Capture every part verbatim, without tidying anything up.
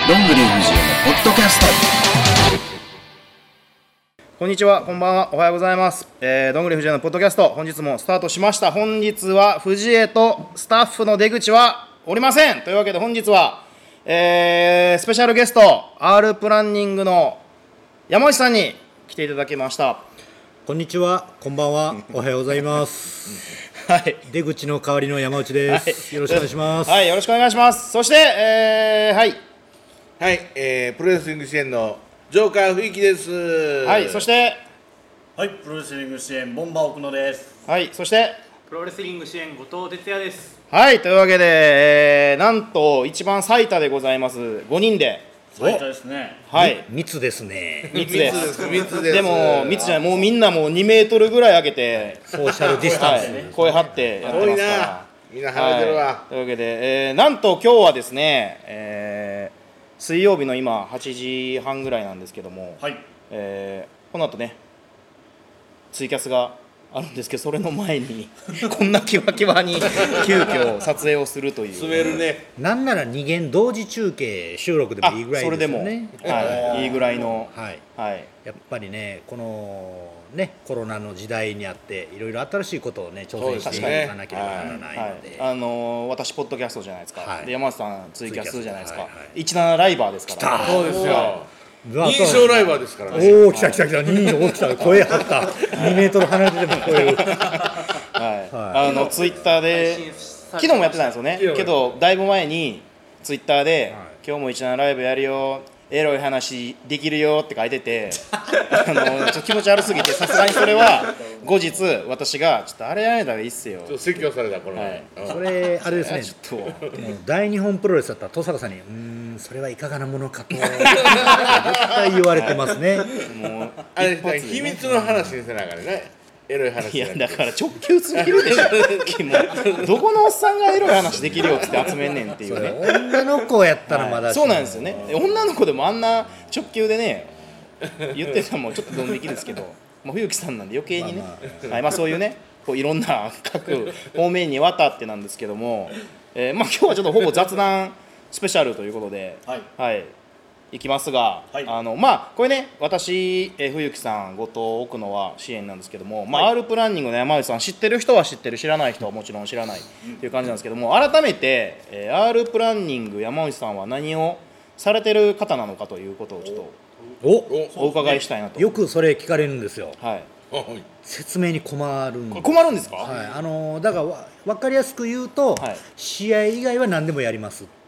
どんぐり藤枝のポッドキャスト。 こんにちは、こんばんは、おはようございます、えー、どんぐり藤枝のポッドキャスト、本日もスタートしました。本日は藤枝とスタッフの出口はおりませんというわけで、本日は、えー、スペシャルゲスト R プランニングの山内さんに来ていただきました。 こんにちは、こんばんは、おはようございますはい、 出口の代わりの山内です、はい、よろしくお願いします。 はい、よろしくお願いします。そして、えー、はいはい、えー、プロレスリング支援のジョーカー冬木です。 はい、そしてはい、プロレスリング支援ボンバー奥野です。 はい、そしてプロレスリング支援後藤哲也です。 はい、というわけで、えー、なんと一番最多でございますごにんで、 最多ですね。 はい、 密ですね。 密です。 密です。 でも密じゃない、もうみんなもうにメートルぐらい開けてソーシャルディスタンス、 はい、声張ってやってますから。 みんな離れてるわ、 はい、というわけで、えー、なんと今日はですね、えー、水曜日の今はちじはんぐらいなんですけども、 はい、 えー、この後ねツイキャスがあるんですけど、それの前にこんなキワキワに急遽撮影をするという。 滑るね。 なんなら二元同時中継収録でもいいぐらいですよね。 それでも、はい、いいぐらいの、 はいはい、 やっぱりね、このねコロナの時代にあっていろいろ新しいことをね挑戦していかなければならないので、 はいはい、あのー、私ポッドキャストじゃないですか、はい、で山内さんツイキャスじゃないですか、はいはい、じゅうななライバーですから、 ね、そうですよ。 認証ライバーですからね。 おお、来た来た来た、認証来た、声張った、にメートル離れてても声を、はい、 あのツイッターで昨日もやってたんですよね。けどだいぶ前にツイッターで、はい、今日もじゅうななライブやるよ、エロい話できるよって書いててあのちょっと気持ち悪すぎて、さすがにそれは後日私がちょっとあれやめたらいいっすよ。 ちょっと説教されたこれ、はい、 それあれですね、 ちょっと大日本プロレスだったら登坂さんにうーんそれはいかがなものかと絶対言われてますね。 もうあれ秘密の話にせながらね、エロい話。 いやだから直球すぎるでしょどこのおっさんがエロい話できるよって集めんねんっていうね。 女の子やったらまだ、はい、 そうなんですよね。女の子でもあんな直球でね言ってたのもちょっとドン引きですけど、まあ、冬木さんなんで余計にね、まあまあはい、まあ、そういうねこういろんな各方面にわたってなんですけども、えーまあ、今日はちょっとほぼ雑談スペシャルということで、はいはい、いきますが、はい、あのまあこれね、私、えー、冬木さん、後藤、奥野は支援なんですけども、まあ、はい、R プランニングの山内さん、知ってる人は知ってる、知らない人はもちろん知らないという感じなんですけども、改めて、えー、R プランニング山内さんは何をされてる方なのかということをちょっとおお伺いしたいなと。 よくそれ聞かれるんですよ、はい、説明に困るんです。 困るんですか？ はい、あのだからわ分かりやすく言うと、はい、試合以外は何でもやりますっていう。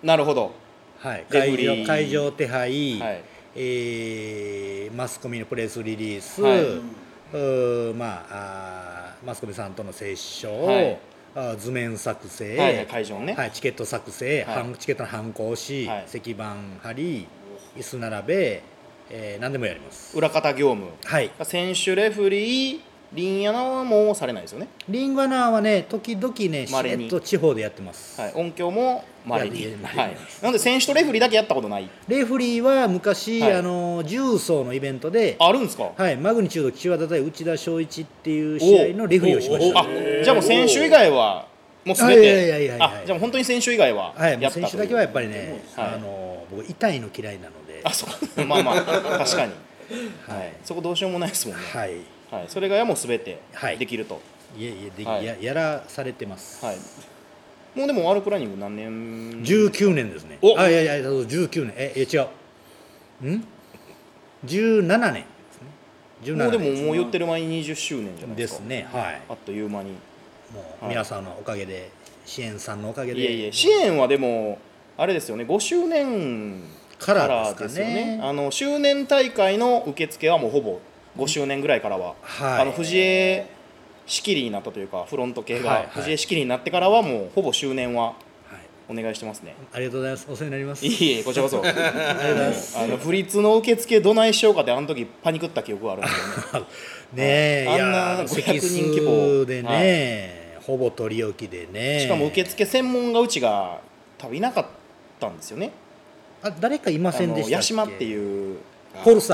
なるほど、 はい、会場、会場手配、はい、えー、マスコミのプレスリリース、はい、うまあ、あマスコミさんとの折衝、はい、あ図面作成、 はいはい、会場ね、 はい、チケット作成、はい、チケットの版行し、はい、石板貼り、椅子並べ、えー、何でもやります。 裏方業務、はい、選手レフリーリンアナはもうされないですよね。 リングアナはね、時々ね、しれっと地方でやってます、 はい、音響もまれに、はい、なので選手とレフリーだけやったことない。 レフリーは昔、はい、あの重曹のイベントであるんですか、 はい、マグニチュード岸和田対内田翔一っていう試合のレフリーをしました。 あ、じゃあもう選手以外はもうすべて、あ、じゃあ本当に選手以外はやったと、はい、 選手だけはやっぱりね、はい、あの僕痛いの嫌いなので、 あ、そうまあまあ確かに、はい、そこどうしようもないですもんね。はいはい、それがもうすべてできると、はい、 いやいやで、はい、や, やらされてます、はい、 もうでも R プランニング何年？ じゅうきゅうねんですね。おあいやいやじゅうきゅうねん、ええ違うんじゅうななねんですね。じゅうななねんもうでももう言ってる前ににじゅっしゅうねんじゃないですか。 ですね、はい、 あっという間にもう皆さんのおかげで、支援さんのおかげで。 いやいや支援はでもあれですよね、ごしゅうねんからですよね。あの周年大会の受付はもうほぼごしゅうねんぐらいからは、はい、あの藤江仕切りになったというかフロント系が藤江仕切りになってからはもうほぼ周年はお願いしてますね。 ありがとうございます。お世話になります。 いえいえ、こちらこそ。ありがとうございます。 あのフリッツの受付どないしようかってあの時パニックった記憶があるんですよね。 ねえ、あんなごひゃくにん規模でね、はい、ほぼ取り置きでね。 しかも受付専門がうちが多分いなかったんですよね。 あ、誰かいませんでしたっけ？ 八島っていうホルサー。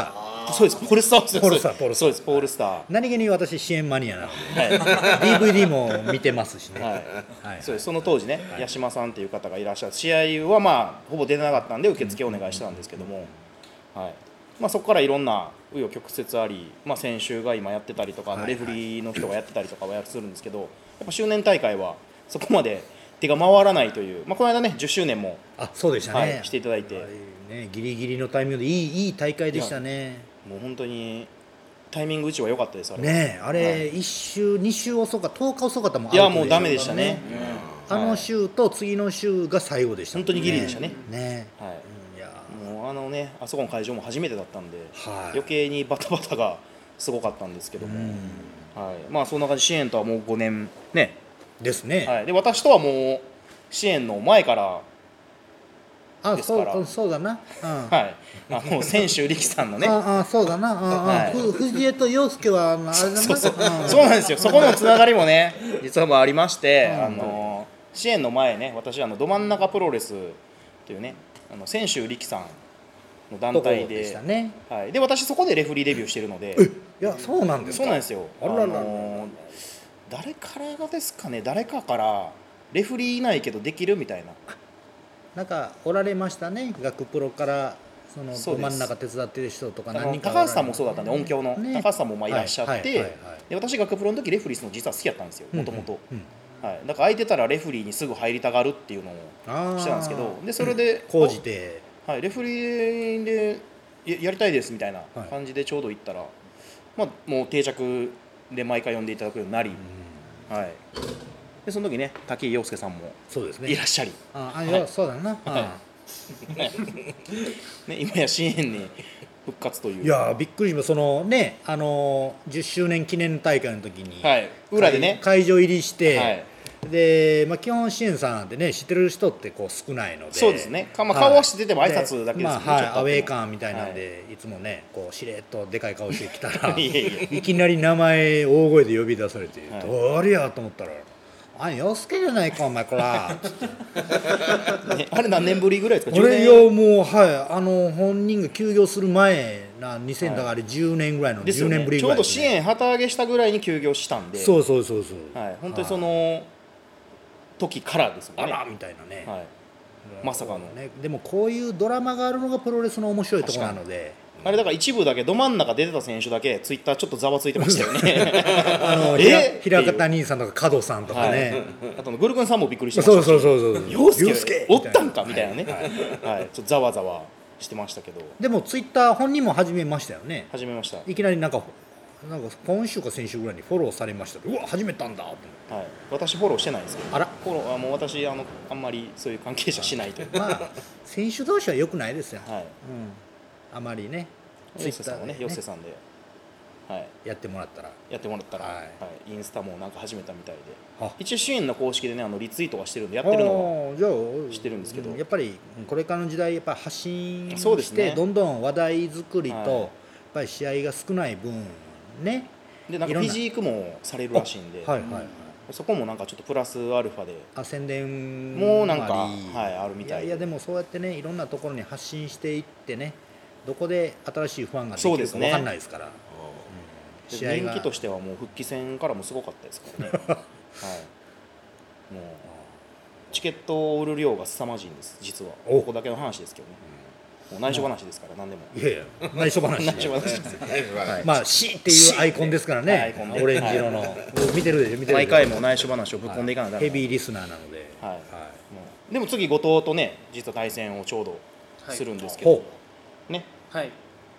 そうですポールスターですポールスターポールスターそうですポールスター何気に私支援マニアなので、 はいディーブイディー も見てますしね、 はいはいそうですその当時ね、八島さんっていう方がいらっしゃって試合はまあほぼ出なかったんで受付をお願いしてたんですけども、はいまあ、そこからいろんな紆余曲折あり、まあ、選手が今やってたりとか、 はいはいレフェリーの人がやってたりとかはやするんですけどやっぱ周年大会はそこまで手が回らないという、まあ、この間ねじゅっしゅうねんも、 あそうでしたね、 はい、していただいてやっぱりね、ギリギリのタイミングでいいいい大会でしたね。 もう本当にタイミング打ちは良かったですあれはねえあれ、 はいいっ週に週遅かったとおか遅かったもんいやもうダメでしたね、 あの週と次の週が最後でしたもんね、 本当にギリでしたねねはいうんいやもうあのねあそこの会場も初めてだったんで、 はい余計にバタバタがすごかったんですけども、はい、まあそんな感じ支援とはもうごねんね、 ですね、 はい、で私とはもう支援の前から、 あですからそうそうだな、うんはい、あの選手力さんのねああそうだな、ああ、 はいふ藤江と陽介はあのあれだな、 そうそううんそうなんですよそこのつながりもね実はもうありまして、あの支援の前ね私あのど真ん中プロレスというねあの選手力さんの団体とこででしたね。 はい、で私そこでレフリーデビューしてるのでいやそうなんですか。 そうなんですよあららら、 の誰からですかね誰かからレフリーいないけどできるみたいななんかおられましたね、学プロからそのそうですど真ん中手伝ってる人とかあの何人かおられ高橋さんもそうだったんで音響の、 ね高橋さんもまあいらっしゃって、 はいはいはいはいで私学プロの時レフリーするの実は好きだったんですよもともとうんはいだから空いてたらレフリーにすぐ入りたがるっていうのをあーしてたんですけどでそれで講じてはい、レフリーでややりたいですみたいなはい感じでちょうど行ったら、まあ、もう定着で毎回呼んでいただくようになり、はい、でその時ね滝井陽介さんもそうですね。 いらっしゃり、 ああいや、そうだな。あね、今や支援に復活といういやびっくりしましたそのねあのじゅっしゅうねん記念大会の時に、 はい、裏でね、 会場入りして、 はい、 で、まあ、基本支援さんなんてね知ってる人ってこう少ないのでそうですね、かまあ、 はい顔は知ってても挨拶だけですよね、 まあはい、 ちょっとあってもアウェー感みたいなんで、い、つもねこうしれっとでかい顔してきたらいえいえいきなり名前大声で呼び出されてはい 「誰や?」と思ったら「あ陽介じゃないかお前こら」 ねあれ何年ぶりぐらいですかじゅう俺ねんよもうはいあの本人が休業する前なにせんだからあれじゅうねんぐらいの10 ですよね年ぶりちょうど支ぐらいですね援旗揚げしたぐらいに休業したんでそうそうそうそうはい、本当にその時からですもんね、 あらみたいなね、 はい、まさかのね、でもこういうドラマがあるのがプロレスの面白いところなのであれだから一部だけど真ん中出てた選手だけツイッターちょっとざわついてましたよねあのえ平平方兄さんとか門さんとかね、 はい、あとのグルクンさんもびっくりしてましたそうしそうそうそう陽介陽介おったんかみたいなね、 ははいちょっとざわざわしてましたけどでもツイッター本人も始めましたよね始めました、 いきなりなんかなんか今週か先週ぐらいにフォローされましたうわ始めたんだと思ってはい、私フォローしてないんですけどあらフォローはもう私あのあんまりそういう関係者しないというまあ選手同士は良くないですよ、 はいうん、あまりねヨッセさんもねツイッターでヨッセさんで、はい、 やってもらったらやってもらったら、 ははいいインスタもなんか始めたみたいであ一応支援の公式でねあのリツイートはしてるんでやってるのはあーじゃあしてるんですけどうやっぱりこれからの時代やっぱ発信して、 そうですねどんどん話題作りと、 はいやっぱり試合が少ない分ねでなんかいろんなフィジークもされるらしいんで、 はいはいはいそこもなんかちょっとプラスアルファであ宣伝もうなんかありはいあるみたいでやいやでもそうやってねいろんなところに発信していってねどこで新しいファンができそうですねるか分かんないですからで試合が人気としてはもう復帰戦からもすごかったですからねはいもうチケットを売る量が凄まじいんです実はおここだけの話ですけどねもう内緒話ですから何でもいやいや内緒話内緒話ですまあ C っていうアイコンですからはいアねイコンねオレンジ色の見てるでしょ見てるでしょ毎回も内緒話をぶっ込んでいかないとダメヘビーリスナーなのではいもうでも次後藤とね実は対戦をちょうどするんですけど、 ほねはい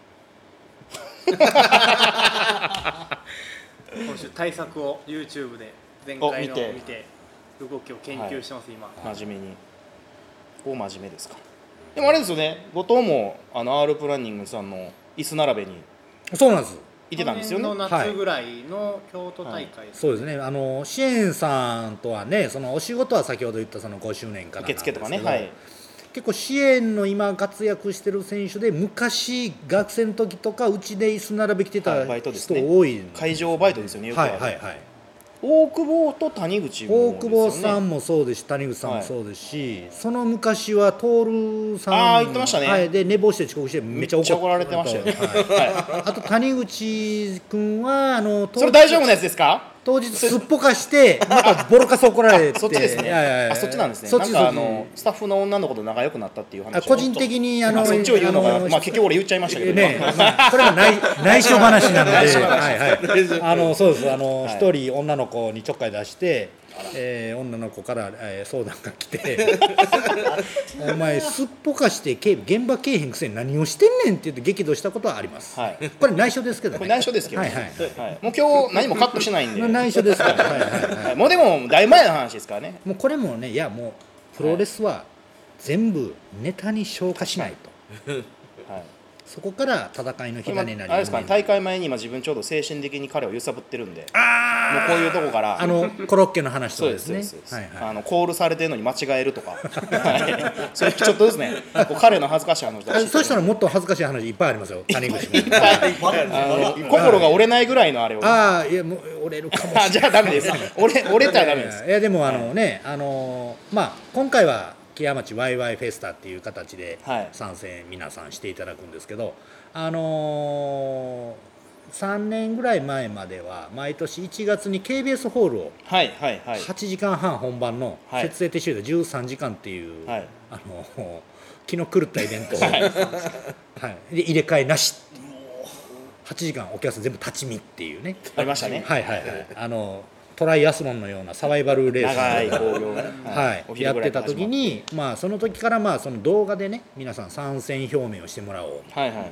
今週対策を YouTube で前回のをお見て見て動きを研究してます、今真面目にお真面目ですかでもあれですよね後藤もあの R プランニングさんの椅子並べにそうなんですいてたんですよね去年の夏ぐらいの京都大会です、 そうですねあの支援さんとはねそのお仕事は先ほど言ったそのごしゅうねんからなん受ですけど付とかねはい結構支援の今活躍してる選手で昔学生の時とかうちで椅子並べ来てたはいバイトです人ね多いんです会場バイトですよねよくあるはいはいはい大久保と谷口もですよね。 大久保さんもそうですし谷口さんもそうですし、はい、その昔は徹さんああ言ってましたね、 はい、で寝坊して遅刻してめっちゃ怒られてましたよね、 はい、あと谷口君はあのそれ大丈夫なやつですか？ 当日すっぽかしてまたボロカス怒られてそっちですね。いやいやいやあそっちなんですね。なんかあのスタッフの女の子と仲良くなったっていう話個人的にあのそっちを言うのが、まあ、結局俺言っちゃいましたけどね、まあ、これは内内緒話なのではい、はい、あのそうですあの一、はい、人女の子にちょっかい出して、えー、女の子から、えー、相談が来てお前すっぽかして現場けえへんくせに何をしてんねんって言って激怒したことはあります、はい、これ内緒ですけどね。 これ内緒ですけど、ねはいはいはい、 もう今日何もカットしないんで内緒ですから、はいはいはい、 もうでもだいぶ前の話ですからね。 もうこれもねいやもうプロレスは全部ネタに消化しないと、はい、そこから戦いの火種になり、 あれですかね、大会前に今自分ちょうど精神的に彼を揺さぶってるんで、もうこういうとこからあのコロッケの話とかですね。 そうですそうです、はいはい、あのコールされてるのに間違えるとか、はい、それちょっとですねこう彼の恥ずかしい話だし、 そうしたらもっと恥ずかしい話いっぱいありますよ。谷口も心が折れないぐらいのあれを、ね、 ああいやもう折れるかもしれないじゃあダメです折れ折れたらダメです。 いやでもあのね、はい、あのまあ今回は木屋町ワイワイフェスタっていう形で参戦皆さんしていただくんですけど、あのー、さんねんぐらい前までは毎年いちがつに ケービーエス ホールをはちじかんはん本番の設営撤収でじゅうさんじかんっていう、はい、あの気の狂ったイベントを、はいはい、で入れ替えなしはちじかんお客さん全部立ち見っていうねありましたね。 はいはいはいあのトライアスロンのようなサバイバルレース長い興行がね、 はい、やってた時に、まあ、その時からまあその動画でね皆さん参戦表明をしてもらおう、はいはい、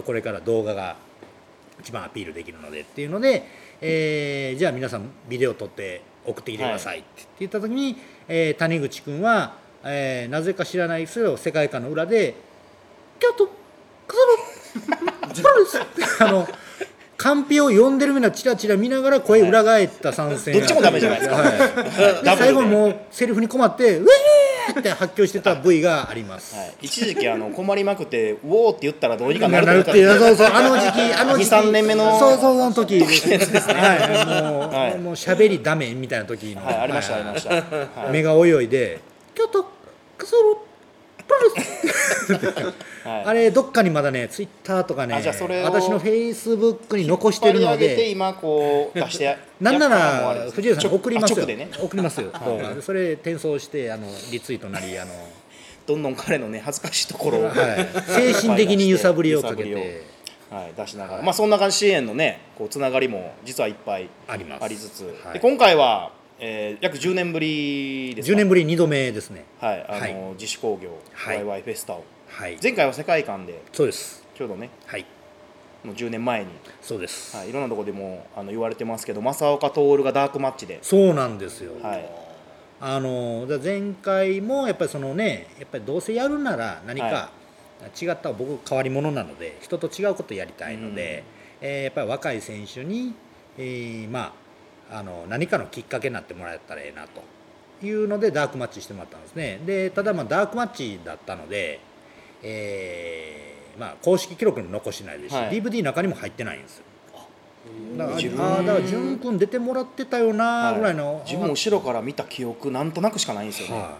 これから動画が一番アピールできるのでっていうので、えー、じゃあ皆さんビデオ撮って送ってきてくださいって言った時に、えー、谷口君は、えー、なぜか知らないですけど世界観の裏で「キャットクソロプロレス」あのカンペを読んでるみんなチラチラ見ながら声裏返った参戦、 はい、どっちもダメじゃないですか、 はい、で最後もうセリフに困って「ウェー!」って発狂してた ブイ があります、 はい、一時期あの困りまくって「ウォー」って言ったらどうにかなるって言ったそうそうあの時期あの時期 にさんねんめのそうそうその時ですね、はい、もう、はい、もう喋りダメみたいな時の、 はい、ありました、はい、ありました、はい、 目が泳いで「京都クソロプロレス」はい、あれどっかにまだねツイッターとかね私のフェイスブックに残してるので今こう出してなんなら藤井さん送りますよ、 ね、 送りますよ、はい、それ転送してあのリツイートなりあのどんどん彼のね恥ずかしいところを、はい、 精神的に揺さぶりをかけて、 はい、出しながら、まあ、そんな感じ支援のねこうつながりも実はいっぱいありますありつつ、はい、で今回はえー、約じゅうねんぶりですか。 じゅうねんぶりにどめですね。 はい、あの、はい、自主興行、 はい、 ワイワイフェスタを、 はい、 前回は世界観で、 そうです。 ちょうどね、 はい、 もうじゅうねんまえに、 そうです。 はい、いろんなところでもあの言われてますけど、正岡徹がダークマッチで、 そうなんですよ。 はい、 あの前回もやっぱりそのね、やっぱりどうせやるなら何か違った、はい、僕変わり者なので人と違うことをやりたいので、うん、えー、やっぱり若い選手に、えー、まああの何かのきっかけになってもらえたらええなというのでダークマッチしてもらったんですね。でただまあダークマッチだったので、えーまあ、公式記録も残してないですし、はい、ディーブイディー の中にも入ってないんですよ。だからあだから潤君出てもらってたよなぐらいの、はい、 自分後ろから見た記憶なんとなくしかないんですよね。 はい、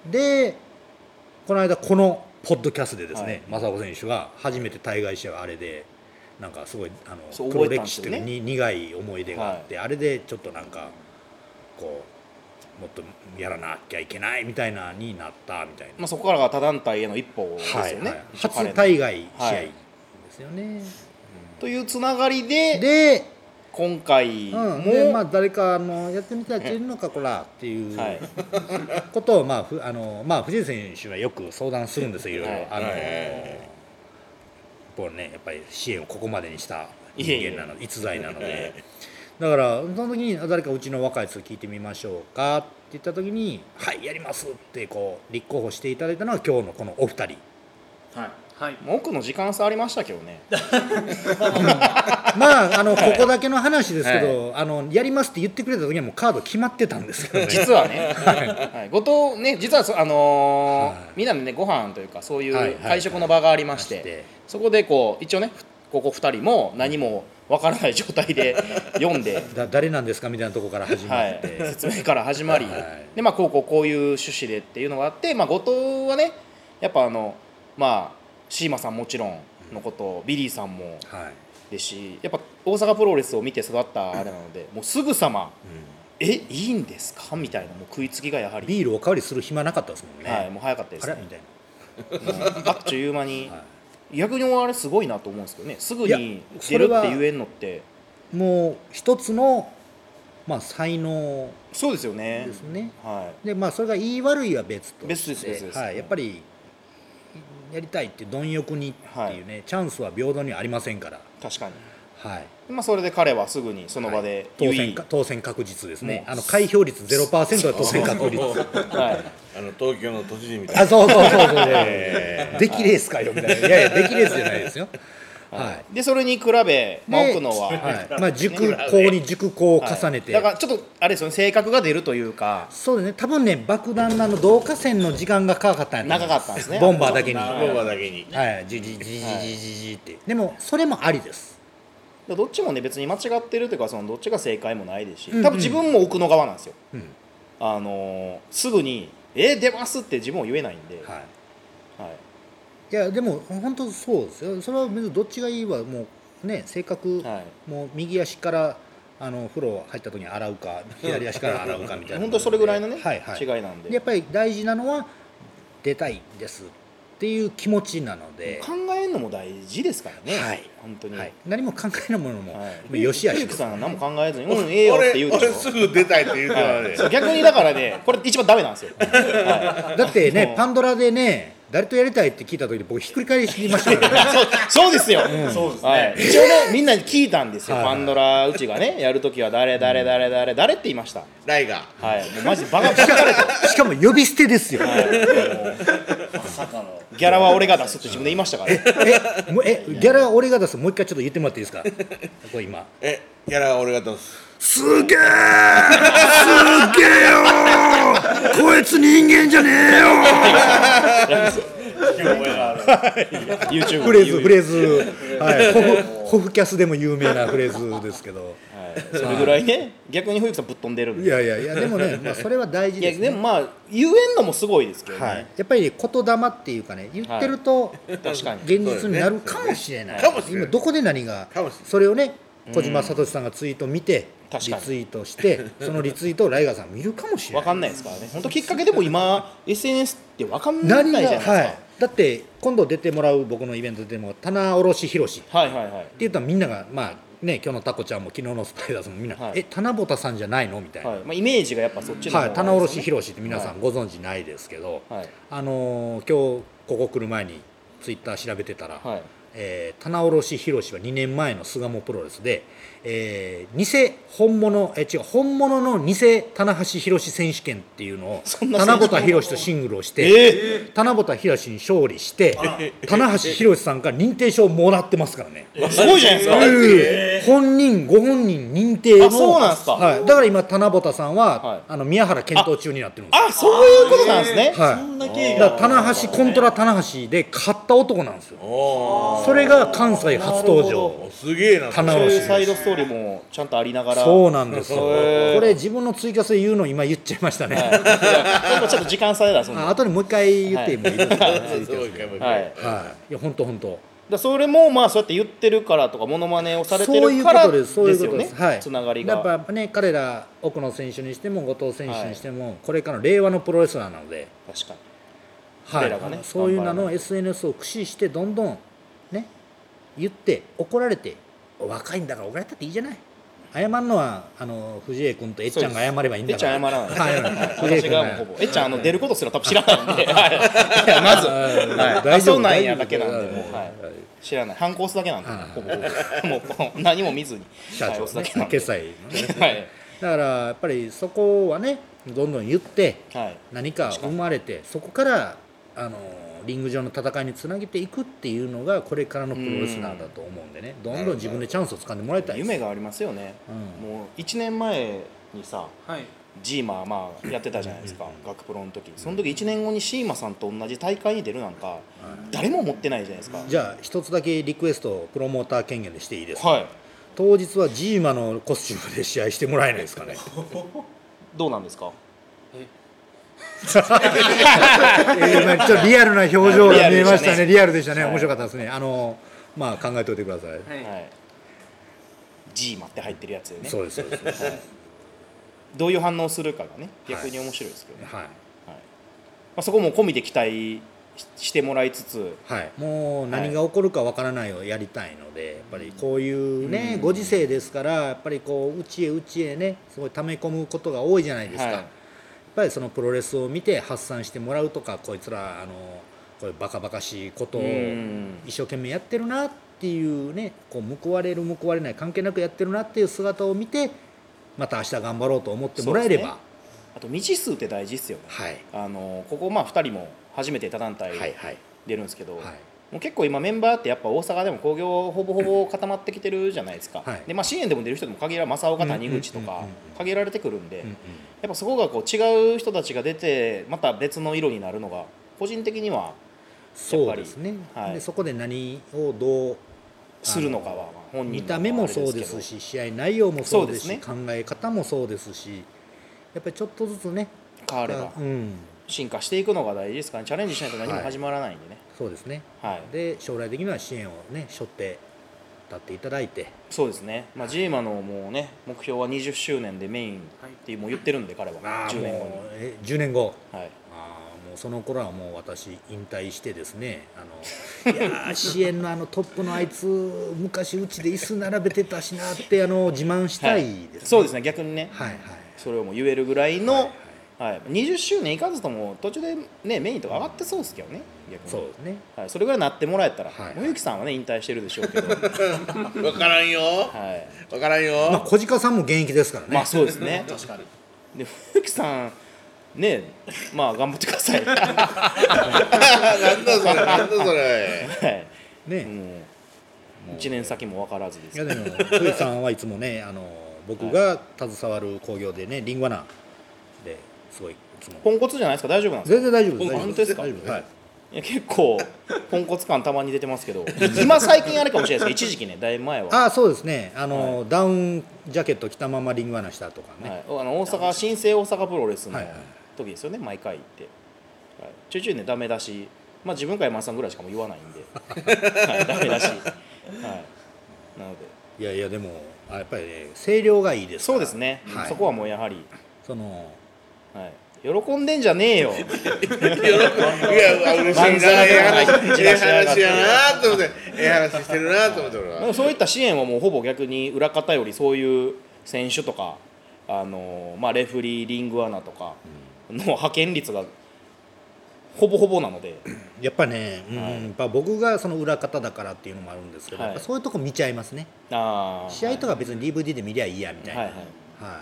でこの間このポッドキャストでですね、はい、正岡選手が初めて対外試合あれでなんかすごいあの黒歴史というに苦い思い出があって、はい、あれでちょっとなんかこうもっとやらなきゃいけないみたいなになったみたいな、 まあ、そこからが他団体への一歩ですよね、はいはい、 初対外試合ですよね、はい、うん、 というつながりでで今回も、 うんでまあ、誰かあのやってみたらいけるのかこらっていう、はい、ことを、まあふあのまあ、藤井選手はよく相談するんですよいろいろ、はい、あの、はいこうね、やっぱり支援をここまでにした人間なので逸材なのでだからその時に誰かうちの若い人聞いてみましょうかって言った時に「はいやります」ってこう立候補していただいたのは今日のこのお二人、 はいはい、もう奥の時間差ありましたけどねまああのここだけの話ですけど、はい、あのやりますって言ってくれた時にはもうカード決まってたんですけどね実はね、はい、後藤ね実はあのーはい、みんなでねご飯というかそういう会食の場がありまして、はいはいはい、そこでこう一応ねここふたりも何もわからない状態で読んでだ誰なんですかみたいなところから始まって、 はい、説明から始まり、 はい、 でまあこうこうこういう趣旨でっていうのがあって、まあ、後藤はねやっぱあのまあシーマさんもちろんのこと、ビリーさんもですし、やっぱ大阪プロレスを見て育ったあれなので、もうすぐさま、うん、えいいんですかみたいなもう食いつきがやはりビールおかわりする暇なかったですもんね。 はい、もう早かったですね。 あれみたいなあっちゅういう間に、 はい、 逆にあれすごいなと思うんですけどね、すぐに出るって言えんのってもう一つの、まあ、才能そうですよね。 ですね。 はい、 でまあそれがいい悪いは別として別です別です、 はい、やっぱりやりたいって貪欲にっていうね、はい、チャンスは平等にはありませんから。 確かに。 はい。 まあそれで彼はすぐにその場で、 はい、当選当選確実ですね。あの開票率ゼロパーセントで当選確率。 はい。あの東京の都知事みたいな。 あ、そうそうそうそう。出来レースかよみたいな。いやいや出来レースじゃないですよ。はい、 でそれに比べ、まあ、奥野は、 はいまあ、熟考に熟考を重ねて、 はい、だからちょっとあれですよね、性格が出るというか、 そうですね、多分ね爆弾の導火線の時間が長かったんや長かったんですね、 ボンバーだけに、 ボンバーだけに、 はいじじじじじじじって、でもそれもありです。 どっちもね別に間違ってるというか、そのどっちが正解もないですし、多分自分も奥野側なんですよ、うん、あのー、すぐに「えー、出ます」って自分も言えないんで、はいはい、いやでも本当そうですよ。それは別にどっちがいいわ、もうね性格、はい、もう右足からあの風呂入った時に洗うか左足から洗うかみたいな本当にそれぐらいのね、 はいはい、 違いなんで、 やっぱり大事なのは出たいですっていう気持ちなので、 考えるのも大事ですからね、 はい、 本当に、はい、 何も考えるものも、 はい、よしあし冬木さんは何も考えずに「うんええよ」って言うでしょ。 俺すぐ出たいって言うてたね、 はい、逆にだからねこれ一番ダメなんですよ、 はい、だってねパンドラでね誰とやりたいって聞いた時に僕ひっくり返しましたからねそう, そうですよ、 うん、そうですね、 はい、一応ねみんなに聞いたんですよ、はい、パンドラうちがねやるときは誰誰誰誰誰って言いました。 ライガー、はい、もうマジバカバカかれてしかも呼び捨てですよ、はい、 まさかのギャラは俺が出すって自分で言いましたから、ね、 えもうえギャラは俺が出す、もう一回ちょっと言ってもらっていいですかこれ今えギャラは俺が出す。 すげえすげえよこいつ人間じゃねえよ YouTube フレーズフレーズ、はい、ホフホフキャスでも有名なフレーズですけど、はい、 それぐらいね逆に冬木さんぶっ飛んでるんで、 いやいやいやでもね、まあ、それは大事ですね。 いやでもまあ言えんのもすごいですけどね、はい、 やっぱり言霊っていうかね言ってると、 はい、確かに現実になるかもしれない、 かもしれない。 今どこで何がそれをね小島聡さんがツイート見てリツイートしてそのリツイートをライガーさん見るかもしれない。 分かんないですからね本当きっかけでも今 エスエヌエス って分かんないじゃないですか、はい、 だって今度出てもらう僕のイベントでも棚卸宏はいはいはいって言ったらみんながまあね今日のタコちゃんも昨日のスパイダーズもみんな、はい、え棚ぼたさんじゃないのみたいな、はいまあ、イメージがやっぱそっちの方が、ね、 はい、棚卸宏って皆さんご存知ないですけど、はい、あのー、今日ここ来る前にツイッター調べてたら、はいえー、棚卸宏はにねんまえの巣鴨プロレスで、えー、偽本物え違う本物の偽棚橋宏選手権っていうのを棚ぼた宏とシングルをして、えー、棚ぼた宏に勝利して棚橋宏さんから認定証をもらってますからね、 えー、すごいじゃないですか、 えー、本人ご本人認定の、 あそうなんですか、 はい、だから今棚ぼたさんは、はい、あの宮原検討中になってるんです。 ああそういうことなんですね、 はい、そんな経緯がだから棚橋コントラ棚橋で勝った男なんですよ。それが関西初登場。 すげえな。 そういうサイドストーリーもちゃんとありながら。 そうなんですよ。これ自分のツイキャスで言うの今言っちゃいましたね。はい、 今度ちょっと時間差で出すんで。 あとにもう一回言ってもいいですか。はい。 はい。 いや本当本当。 だそれもまあそうやって言ってるからとかモノマネをされてるからですよね。はい。つながりが。 やっぱね彼ら奥野選手にしても後藤選手にしても、はい、これからの令和のプロレスラーなので。 確かに。 はい、ね、そういうのの エスエヌエス を駆使してどんどんね言って怒られて若いんだから怒られたっていいじゃない。謝るのはあの藤江君とえっちゃんが謝ればいいんだから。 えっちゃん謝らない。 はい、 藤江君がほぼえっちゃんあの出ることすら多分知らないんで、はい、いやまず、はい、大丈夫なんやだけなんでもう、はい、知らない反抗すだけなんでほぼほぼもう何も見ずに社長、ね、決済のね、 はい、 だからやっぱりそこはねどんどん言って、はい、何か生まれてそこからあのリング上の戦いにつなげていくっていうのがこれからのプロレスラーだと思うんでね、どんどん自分でチャンスをつかんでもらいたいです。 夢がありますよね、うん、もういちねんまえにさ、はい、ジーマまあやってたじゃないですか、学プロの時。その時いちねんごにシーマさんと同じ大会に出るなんか誰も持ってないじゃないですか。 じゃあ一つだけリクエストプロモーター権限でしていいですか。 はい、 当日はジーマのコスチュームで試合してもらえないですかね。 どうなんですか。 えーまあ、ちょっとリアルな表情が見えましたね。リアルでしたね。面白かったですね。あのまあ考えておいてください。はい。 ジーマって入ってるやつよね。 そうですそうです。はい、 どういう反応するかがね逆に面白いですけどね。 はい。はい、 まあそこも込みで期待してもらいつつ、 はい、もう何が起こるかわからないをやりたいので、やっぱりこういうね、うん、ご時世ですからやっぱりこう内へ内へねすごい溜め込むことが多いじゃないですか。はい、やっぱりそのプロレスを見て発散してもらうとか、こいつらあのこういうバカバカしいことを一生懸命やってるなっていうね、こう報われる報われない関係なくやってるなっていう姿を見て、また明日頑張ろうと思ってもらえれば。 あと未知数って大事ですよね。はい、あのここまあふたりも初めて他団体出るんですけど、はいはい、もう結構今メンバーってやっぱ大阪でも興行ほぼほぼ固まってきてるじゃないですか。はい、でまあ支援でも出る人でも限ら正岡谷口とか限られてくるんで、やっぱそこがこう違う人たちが出てまた別の色になるのが個人的にはやっぱりそうですね。はい、でそこで何をどうするのかは本人の見た目もそうですし、試合内容もそうですし、ね、考え方もそうですし、やっぱりちょっとずつね変われば、うん、進化していくのが大事ですからね。チャレンジしないと何も始まらないんでね。はい、 そうですね。はい、で将来的には支援をね背負って立っていただいて。 そうですね。まあ、ジーマのもうね目標はにじゅっしゅうねんでメインっていうもう言ってるんで彼はじゅうねんごに。 えじゅうねんご。 はい。 もうその頃はもう私引退してですね、あのいや支援のあのトップのあいつ昔うちで椅子並べてたしなってあの自慢したいですね。はい、 そうですね。逆にね。はいはい。それをもう言えるぐらいの。はいはいはい、にじゅっしゅうねんいかずとも途中で、ね、メインとか上がってそうですけどね、逆に。 そうですね、はい、 それぐらいなってもらえたら、はいはい、ゆきさんはね引退してるでしょうけど分からんよ、はい、分からんよ、 まあ、小鹿さんも現役ですからね。 まあそうですね確かに。でゆきさんねまあ頑張ってくださいなんだそれなんだそれ、 はい、ねもういちねん先も分からずですけど。 いやでもゆきさんはいつもねあの僕が携わる興行でねリングアナですごいポンコツじゃないですか。大丈夫なんですか。 全然大丈夫です。 本当ですか。 大丈夫です。はい、 いや結構ポンコツ感たまに出てますけど今最近あれかもしれないですけど一時期ねだいぶ前はああそうですねあの、はい、ダウンジャケット着たままリングアナしたとかね、はい、 あの大阪新生大阪プロレスの時ですよね、はいはい、毎回行って、はい、ちょいちょいねダメ出し、まあ自分か山田さんぐらいしかも言わないんで、はい、ダメ出し、はい、なのでいやいやでもやっぱりね声量がいいですから。 そうですね、はい、そこはもうやはりそのはい喜んでんじゃねえよ。いや嬉しいな、ええ話やなと思って、ええ話してるなと思って俺は。 そういった支援はもうほぼ逆に裏方よりそういう選手とかあのまあレフリーリングアナとかの派遣率がほぼほぼなので。 やっぱね、うん、はい、やっぱ僕がその裏方だからっていうのもあるんですけど、はい、そういうとこ見ちゃいますね。あ試合とか別に ディーブイディー で見りゃいいやみたいな。はいはいはい、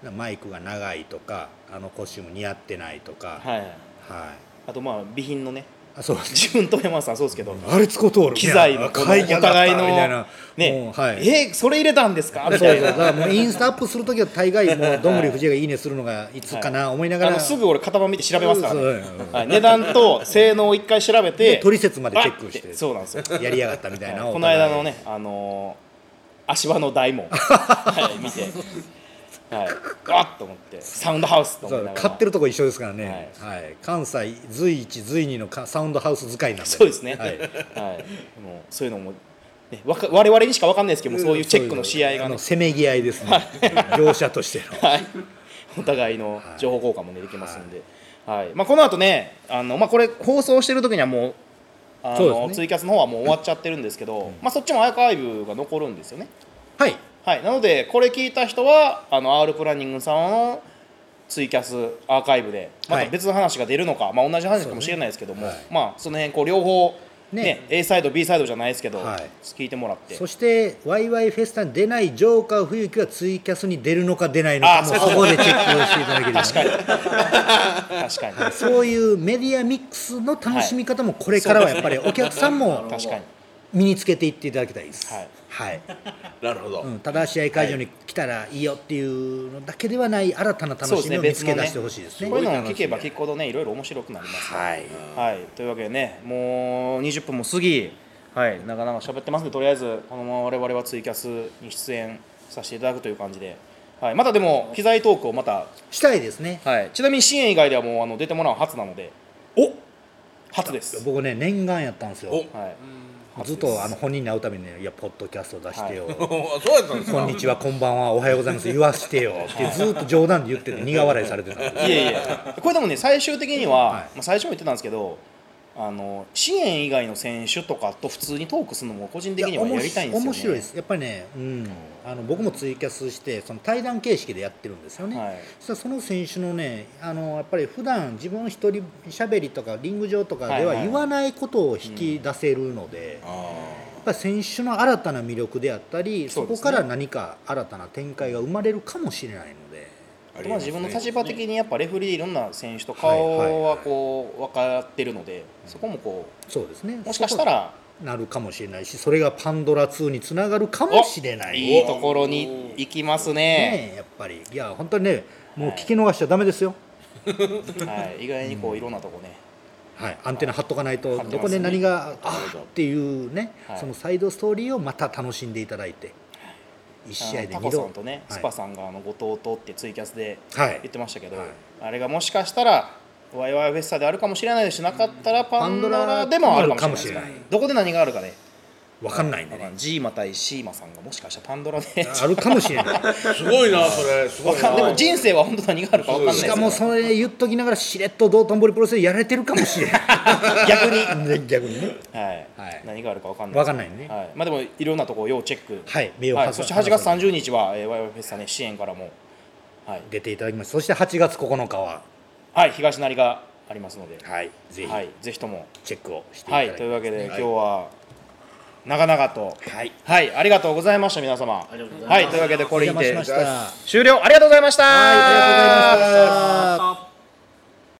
マイクが長いとかあのコスチューム似合ってないとか、はいはい、 あとまあ備品のねあそう自分と山田さんそうですけどあれ使うとる機材のお互いのね、はい、えそれ入れたんですかみたいな。 だからもうインスタアップするときは大概もうどんぐり藤井がいいねするのがいつかな思いながら、 はい、あのすぐ俺型番見て調べますからね、はい、値段と性能を一回調べて取説までチェックしてそうなんですよやりやがったみたいな、 はい、この間のねあのー、足場の台も、はい、見てはい、ガッと思ってサウンドハウスと思いながら買ってるとこ一緒ですからね、はいはい、関西随一随二のサウンドハウス使いなんで。 そうですね、はいはい、もうそういうのも、ね、わか我々にしか分かんないですけども、そういうチェックの試合が、ね、 あのせめぎ合いですね業者としての、はい、 お互いの情報交換も、ね、できますんで、はいはいまあ、この後ねあの、まあ、これ放送してる時にはもうあの、ね、ツイキャスの方はもう終わっちゃってるんですけど、うんまあ、そっちもアーカイブが残るんですよね。 はいはい、なのでこれ聞いた人はあの R プランニングさんのツイキャスアーカイブでまた別の話が出るのか、はいまあ、同じ話かもしれないですけども、ねはいまあ、その辺こう両方、ねね、A サイド B サイドじゃないですけど、はい、聞いてもらって、 そして ワイワイ フェスタに出ないジョーカー冬木はツイキャスに出るのか出ないのかもそこでチェックをしていただければ、ね、確かに確かにそういうメディアミックスの楽しみ方もこれからはやっぱりお客さんも確かに身につけていっていただきたいです。はいはい、 なるほど、 うん、ただ試合会場に来たらいいよっていうのだけではない新たな楽しみを見つけ出してほしいですね。 こういうのを聞けば聞くほどねいろいろ面白くなります、ねはいはい、というわけでねもうにじゅっぷんも過ぎはいなかなか喋ってますのでとりあえずこのまま我々はツイキャスに出演させていただくという感じで、はい、またでも機材トークをまたしたいですね。 はい、ちなみに支援以外ではもうあの出てもらうの初なのでお初です。 僕ね念願やったんですよ。 はいずっとあの本人に会うためにね、いやポッドキャスト出してよ、はい、 そうやったんですか。 こんにちはこんばんはおはようございます言わしてよってずっと冗談で言ってて苦笑いされてたんです。 いやいやこれでもね最終的には、はい、まあ、最初も言ってたんですけどあの支援以外の選手とかと普通にトークするのも個人的にはやりたいんですよね。 面白いです。やっぱりね、うん、あの僕もツイキャスしてその対談形式でやってるんですよね、はい、そしたらその選手のねあのやっぱり普段自分一人喋りとかリング上とかでは言わないことを引き出せるので、やっぱり選手の新たな魅力であったり そ,、ね、そこから何か新たな展開が生まれるかもしれないので、 あとまあ自分の立場的にやっぱレフェリーいろんな選手と顔はこう分かってるので、そこもこうそうですね、 もしかしたらなるかもしれないし、それがパンドラツーにつながるかもしれない。 いいところに行きますね。 ねやっぱりいや本当にねもう聞き逃しちゃダメですよ。 はい、意外にこういろんなとこね、 はい、アンテナ張っとかないとどこで何があっていうね、はい、そのサイドストーリーをまた楽しんでいただいて、いち試合でにどタコさんとね、はい、スパさんがあの後藤とってツイキャスで言ってましたけど、 はい、 あれがもしかしたらワイワイフェスタであるかもしれないですし、なかったらパンドラでもあるかもしれない。どこで何があるかね分かんないんでね。 ジーマ対シーマさんがもしかしたらパンドラであるかもしれない。 すごいなそれ。すごいな。 でも人生は本当何があるか分かんないですよ。 しかもそれ言っときながらしれっと道頓堀プロレスでやられてるかもしれない。 逆に逆にね。 はい。はい、何があるか分かんない。 分かんないね。 はい。まあでもいろんなところ要チェック。 はい。 はい。そしてはちがつさんじゅうにちはワイワイフェスタね支援からもはい出ていただきます。そしてはちがつここのかははい東成がありますので、 はいぜひはいぜひともチェックをしていただきます。 はい。というわけで今日は。長々と、 はい、 はい、ありがとうございました皆様。はい、というわけでこれにて終了。 ありがとうございました。 はい、ありがとうございました。